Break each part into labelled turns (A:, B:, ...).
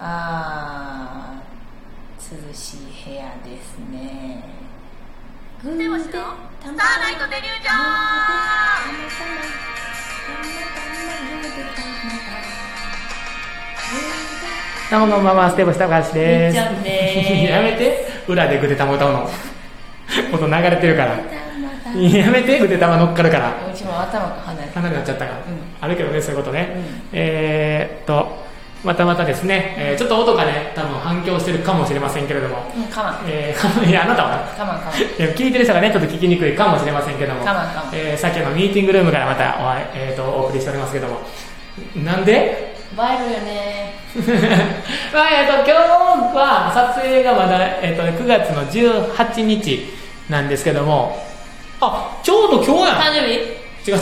A: 涼しい部屋ですね。
B: グーでスターライトデリュージョン。
C: どうもママステップしたかしです。
A: みっちゃんです
C: やめて、裏でぐでたま歌うの音流れてるからやめて、ぐでたま乗っかるから。
A: うちも頭が離れ
C: ちゃったから、あるけどね、そういうことね、またですね、ちょっと音がね多分反響してるかもしれませんけれども、いやあなたはね聞いてる人がねちょっと聞きにくいかもしれませんけども、さっきのミーティングルームからまたお送りしておりますけども、なんで
A: 映えるよね
C: 今日は撮影がまだ、9月の18日なんですけども、ちょうど今日やん。
A: 誕生日？
C: 違う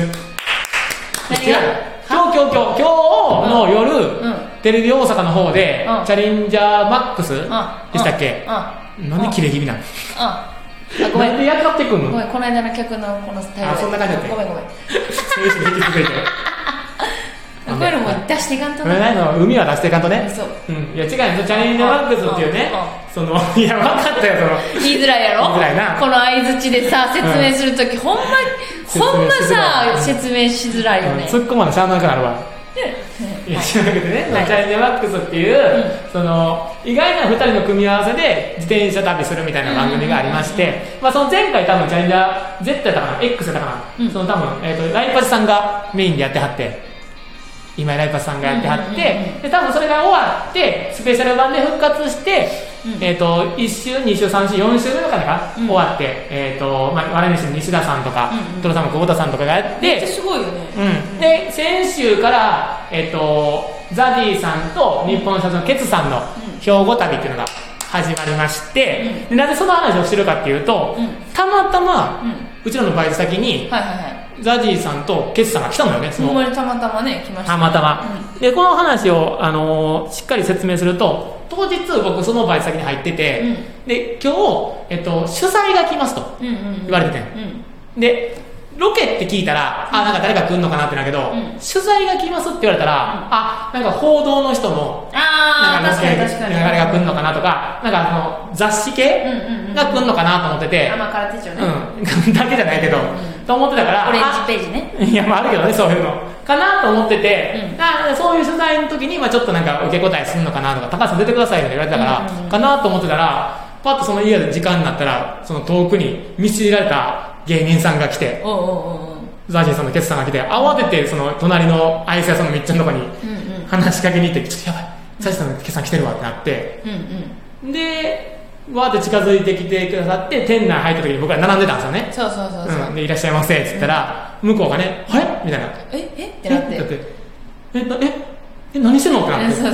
C: 今日の夜、テレビ大阪の方で、チャレンジャーマックスでしたっけ？なんで切れ気味なの？なんでやかってくんの？
A: ごめん、この間の曲のこのスタイル。
C: そんな感じだった。
A: ごめん
C: そういう人引き続いて
A: こういうのも出していかんとね。
C: 海は出していかんとね。
A: そう。
C: いや違うよ、チャレンジャーマックスっていうね、いや分かったよ、
A: 言いづらいやろ？
C: 言いづらいな。
A: この相づちでさ、説明するとき、ほんまさ、説明しづらいよね。
C: 突っ込まなしゃあなくなるわ。いや、知らなくてね、チャレンジャーマックスっていう、意外な2人の組み合わせで自転車旅するみたいな番組がありまして、その前回多分チャレンジャー Z やったかな、X やったかな、多分、ライパチさんがメインでやってはって、今井ライパチさんがやってはって、で多分それが終わってスペシャル版で復活して、1週2週3週4週目の方が終わって、笑い飯の西田さんとか、トロさんも久保田さんとかがやって、
A: めっちゃすごいよね。
C: で先週から、ザディさんと日本の社長のケツさんの兵庫旅っていうのが始まりまして、でなぜその話をしてるかっていうと、たまたま、うちらのバイト先に、ザジーさんとケツさんが来たのよね。
A: ほんまにたまたまね、来ましたね。
C: たまたま。で、この話を、しっかり説明すると、当日僕そのバイト先に入ってて、で、今日、取材が来ますと言われてて、で、ロケって聞いたら、なんか誰か来るのかなってなるけど、取材が来ますって言われたら、なんか報道の人の、なんか誰が来るのかなとか、なんか雑誌系が来るのかなと思ってて、
A: 空手帳ね。
C: だけじゃないけど、と思ってたから、
A: オレンジページね。
C: いや、あるけどね、そういうの。かなと思ってて、そういう取材の時に、ちょっとなんか受け答えするのかなとか、高橋さん出てくださいって言われてたから、かなと思ってたら、パッとその家で時間になったら、その遠くに見知られた芸人さんが来て、ザージーさんのケツさんが来て、慌ててその隣のアイス屋さんのみっちゃんのとこに話しかけに行って、ちょっとやばい、ザージーさんのケツさん来てるわってなって、で、わーって近づいてきてくださって、店内入った時に僕ら並んでたんですよね。そう。で、いらっしゃいませって言ったら、向こうがね、はいみたいな。
A: ってなって。
C: 何してんのってなって。
A: そうなん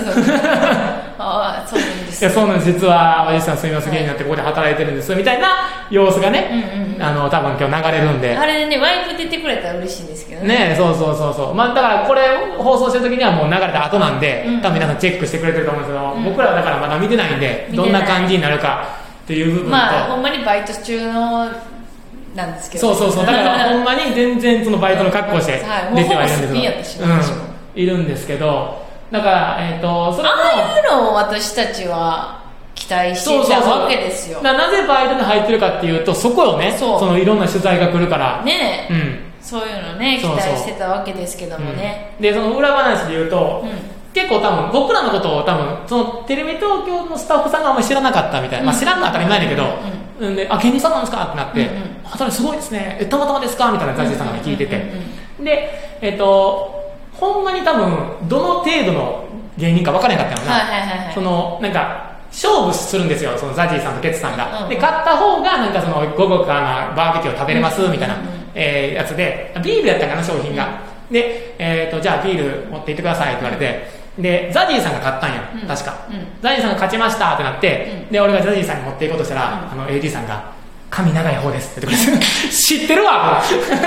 A: です。
C: いや、そうなんです。実は、おじさんすみません、芸人になってここで働いてるんです、みたいな様子がね、多分今日流れるんで。
A: あれでね、ワイプ出てくれたら嬉しいんですけどね。
C: ね、そう。だからこれ放送してる時にはもう流れた後なんで、多分皆さんチェックしてくれてると思うんですけど、僕らはだからまだ見てないんで、どんな感じになるかっていう部分と。
A: ほんまにバイト中の、なんですけど。
C: そう。だからほんまに全然そのバイトの格好して出てはいるんですけど。いるんですけど、だから、それも
A: ああいうのを私たちは期待してたわけですよ。
C: なぜバイトに入ってるかっていうと、そこよね、そのいろんな取材が来るから
A: ね、そういうのね、期待してたわけですけどもね。
C: で、その裏話で言うと、結構多分僕らのことをそのテレビ東京のスタッフさんがあんまり知らなかったみたいな、知らんのは当たり前だけど、で、芸人さんなんですかってなって、すごいですね、たまたまですかみたいなザジーさんが聞いてて、で、ほんまに多分どの程度の芸人か分からへんかったよな。そのなんか勝負するんですよ、そのザジーさんとケツさんが。で、勝った方がなんかその午後からバーベキューを食べれますみたいなやつで、ビールやったかな、商品が。で、じゃあビール持って行ってくださいって言われて、で、ザジーさんが勝ったんや、確か。ザジーさんが勝ちましたってなって、で、俺がザジーさんに持って行こうとしたら、AD さんが髪長い方ですって言ってくれて、知ってるわ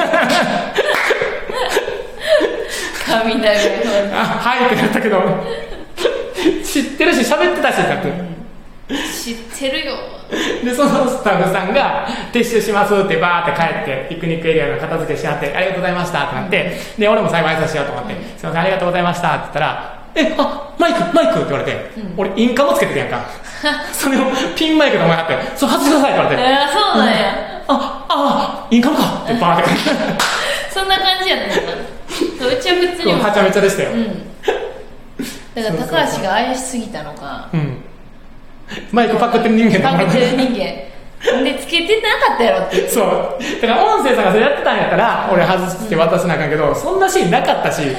A: 髪長い方です。
C: はいってなったけど、知ってるし喋ってたしだって、
A: 知ってるよ。
C: でそのスタッフさんが撤収しますってバーって帰ってピクニックエリアの片付けしはってありがとうございましたってなって、で俺も最後挨拶しようと思って、すいませんありがとうございましたって言ったら、 マイクって言われて、俺インカムつけてるやんかそれをピンマイクでお前あってそれ外してくださいって言われて、
A: そうなんや、
C: インカムかってバーって
A: そんな感じやったんだ。うちは別に
C: はちゃめちゃでしたよ、
A: だから高橋が怪しすぎたのか、
C: マイクパクってる人間
A: パクってる人間でつけてなかったやろって
C: そうだから音声さんがそれやってたんやったら俺外して渡せなあかんけど、そんなシーンなかったし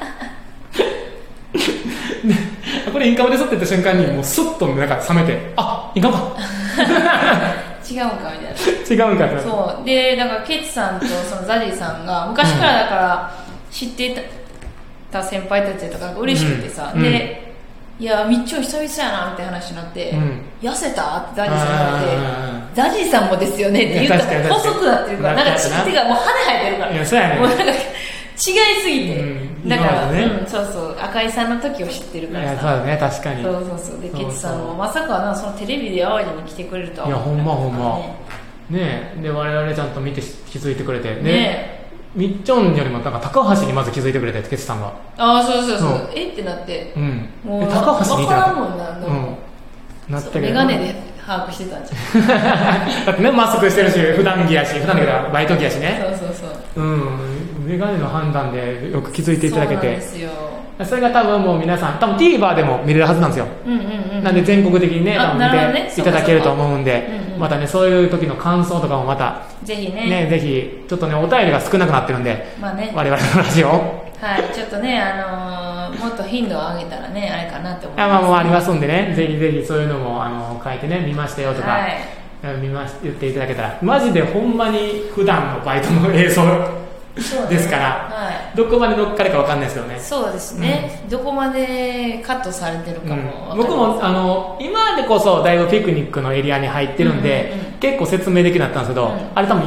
C: これインカムですって言った瞬間にもうスッとなんか冷めて、インカムか
A: 違うんかみたいな
C: 違うんかって
A: そうで、だからケツさんとそのザジーさんが昔からだから知っていた先輩たちとか嬉しくてさ、でいやみっちょ久々やなみたいな話になって、痩せたってザジーさんに言われて、ザジーさんもですよねって言ったら細くなってるから、なんか手がもう羽生えてるから、
C: いやそうやね
A: もうなんか違いすぎて、だから
C: ね、
A: そうそう赤井さんの時を知ってるからさ、
C: そうだね、確かに
A: そうでケツさんもまさかなそのテレビで淡路に来てくれるとは思ってなかったからね。
C: ねえ、で我々ちゃんと見て気づいてくれてね、みっちょんよりもなんか高橋にまず気づいてくれてケツさんが
A: そうってなって、もう
C: 高橋にいた
A: 分からんもんな、
C: なったけど
A: メガネで把握してたんじゃん
C: だってねマスクしてるし普段着やし普段着だバイト着やしね、メガネの判断でよく気づいていただけて、
A: そうなんですよ。
C: それが多分もう皆さん多分 TVer でも見れるはずなんですよ、なんで全国的にね多分見ていただけると思うんで、またねそういう時の感想とかもまた
A: ぜひね
C: ぜひちょっとねお便りが少なくなってるんで、我々のラジオ
A: ちょっとねもっと頻度を上げたらねあれかなって思い
C: ます、もうありますんでね、ぜひぜひそういうのも書いてね見ましたよとか、言っていただけたらマジでほんまに普段のバイトの映像ですから、どこまで乗っかるかわかんないですよね。
A: そうですね、どこまでカットされてるかも、
C: 僕も今でこそだいぶピクニックのエリアに入ってるんで、結構説明できるようになったんですけど、あれ多分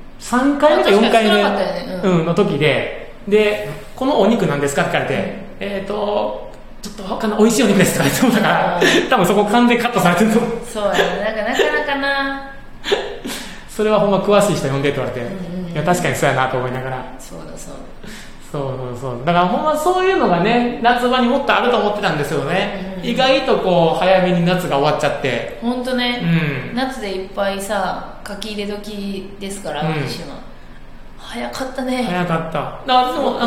C: 3回目か4回目の時でこのお肉なんですかって聞かれて、ちょっとわかんない美味しいお肉ですって言われてたから多分そこ完全にカットされてると思う。
A: そうやね、なかなかな
C: それはほんま詳しい人呼んでって言われて、いや確かにそうやなと思いながら、そうだからほんまそういうのがね夏場にもっとあると思ってたんですよね、意外とこう早めに夏が終わっちゃって、
A: 本当ね、夏でいっぱいさ書き入れ時ですから、私は早かったね。
C: 早かった。だからでも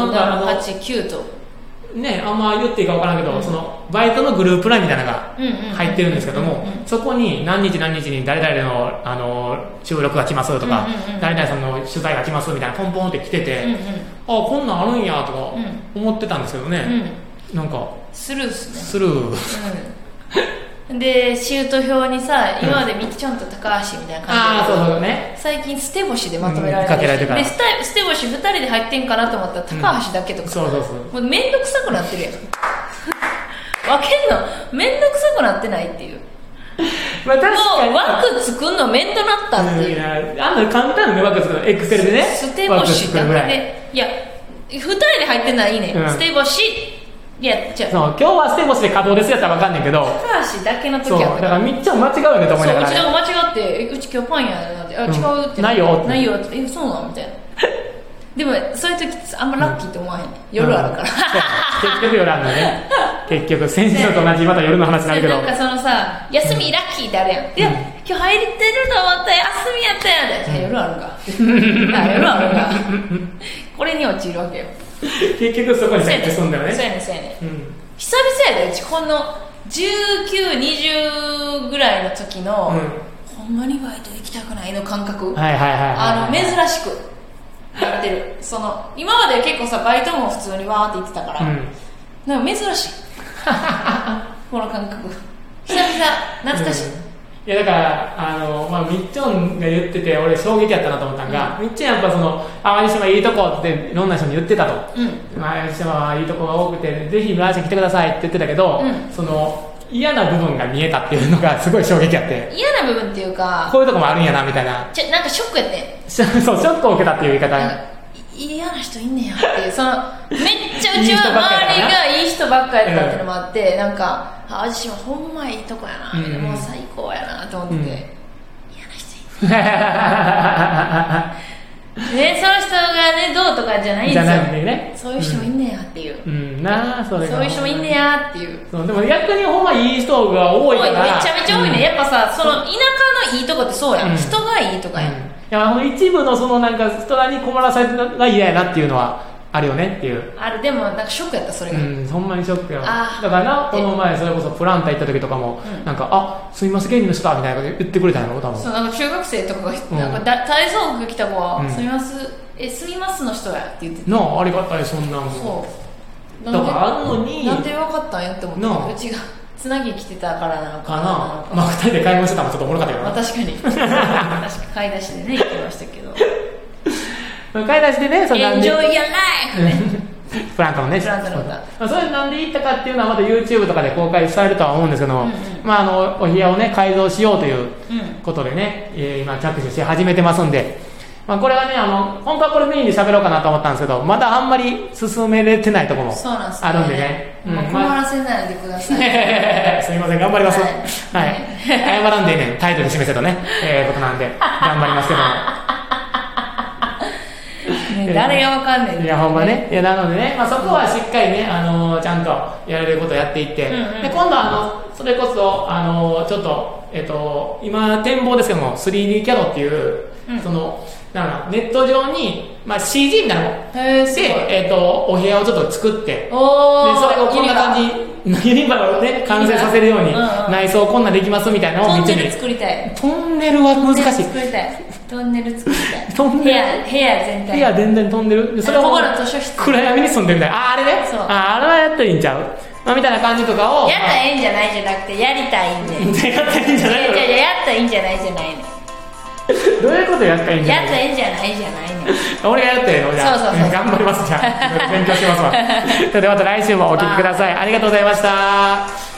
A: 8、9と
C: ね、あんま言っていいか分からんけど、そのバイトのグループラインみたいなのが入ってるんですけども、そこに何日何日に誰々の収録が来ますとか、誰々さんの取材が来ますみたいなポンポンって来てて、こんなんあるんやとか思ってたんですけどね、なんか
A: スルーっすね。
C: スルー、
A: でシュート表にさ、今までミキちゃんと高橋みたいな感じで、最近捨て星でまとめられてる、で捨て星2人で入ってんかなと思ったら高橋だけとか、もうめんどくさくなってるやん分けんのめんどくさくなってないっていうもう枠作んのめんどなったっていう、
C: 簡単な枠作るのエクセルでね、
A: 捨て星だけで、いや2人で入ってないね、捨て星、いやじゃ
C: 今日は捨て星で稼働ですやったら分かんないけど、
A: 高橋だけの時は
C: だからみっちゃん間違うよねと思いながら、
A: うちが間違ってうち今日パンやなんて、違うって
C: ないよ
A: ってそうなんみたいなでもそういう時あんまラッキーって思わへんね、夜あるから、
C: 結局夜あるのね結局先週と同じまた夜の話になるけど、
A: なんかそのさ休みラッキーってあるやん、いや今日入れてると思ったら休みやったやんって、夜あるか夜あるかこれに落ちるわけよ
C: 結局そこに入って住んだよね。
A: そうやね久々やで、うちこの19、20ぐらいの時の、ほんまにバイト行きたくないの感覚、珍しくやってる。その今まで結構さバイトも普通にわーって行ってたから、なんか珍しいこの感覚久々懐かしい、
C: いやだからみっちょんが言ってて俺衝撃やったなと思ったのが、みっちょんやっぱその淡路島いいとこっていろんな人に言ってたと、淡路島はいいとこが多くてぜひ淡路に来てくださいって言ってたけど、その嫌な部分が見えたっていうのがすごい衝撃やって、
A: 嫌な部分っていうか
C: こういうとこもあるんやなみたいな、
A: なんかショックやって
C: そうショックを受けたっていう言い方、
A: 嫌な人いんねやっていう、そのめっちゃうちは周りがいい人ばっかりだったっていうのもあって、なんか淡路島ほんまいいとこやな、もう最高やなと思って、嫌な人いんねね、その人がねどうとかじゃないんですよ。じゃなくて
C: ね、
A: そういう人もいんねやっていう。
C: なあ、それが。
A: そういう人もいんねやっていう。
C: そうでも逆にほんまいい人が多いから。
A: めちゃめちゃ多いね。やっぱさ、その田舎のいいとこってそうやん。人がいいとかやん。い
C: や、一部のそのなんか人らに困らされるのが嫌やなっていうのはあるよねっていう。
A: ある。でもなんかショックやった、それが。
C: ほんまにショックやわ。だからな、この前それこそプランタ行った時とかも、なんか、あ、すみません芸人の人だみたいなこと言ってくれたんやろ、多分。
A: そう、なんか中学生とかが、なんか体操服着た子は、すみますの人やって言ってて。
C: なあ、ありがたい、そんなんも。
A: そう。
C: だからあんのに。
A: なんで分かったんやって思って、うちがつなぎ着てたからなのかな。
C: まあ、二人で買い物してたのもちょっとおもろかったけどな。
A: 確かに。確か買い出しでね、行きましたけど。
C: 買い出しでね、
A: そんな。Enjoy your life! ね。
C: プラントのね、
A: プラントの歌。
C: それなんで行ったかっていうのはまた YouTube とかで公開されるとは思うんですけど、まあお部屋をね改造しようということでね、今着手し始めてますんで、まあこれはね本当はこれメインで喋ろうかなと思ったんですけど、まだあんまり進めれてないところもあるんでね。
A: 困らせないでください。
C: すみません、頑張ります。はい。謝らんでね、タイトル示せとね、ことなんで頑張りますけども。
A: 誰がわかんね
C: ん。いやほんまね。いやなのでね、まあそこはしっかりねちゃんとやれることをやっていって、で今度それこそちょっと今展望ですけども 3D キャドっていう、そのなんかネット上にまあ CG みたいなのでお部屋をちょっと作って、でそれをこんな感じユニバをね完成させるように内装こんなできますみたいなのを
A: トンネル作りたい。
C: トンネルは難しい。
A: 作りたい。トンネル作りたい。部屋全体。
C: 部屋全然飛んでる。それを暗闇に住んでるみたいな。あれね。あれはやったらいいんちゃう。まあみたいな感じとかを。
A: やったらいいんじゃないじゃなくてやりたいんで。
C: やったらいいんじゃない。
A: やったらいいんじゃないじゃないね。
C: どういうことやったらいいんじゃない。
A: やったらいいんじゃないじゃないね。
C: 俺がやったらいいのじゃあ。
A: そう
C: 頑張りますじゃあ。勉強しますわ。それではまた来週もお聞きください。ありがとうございました。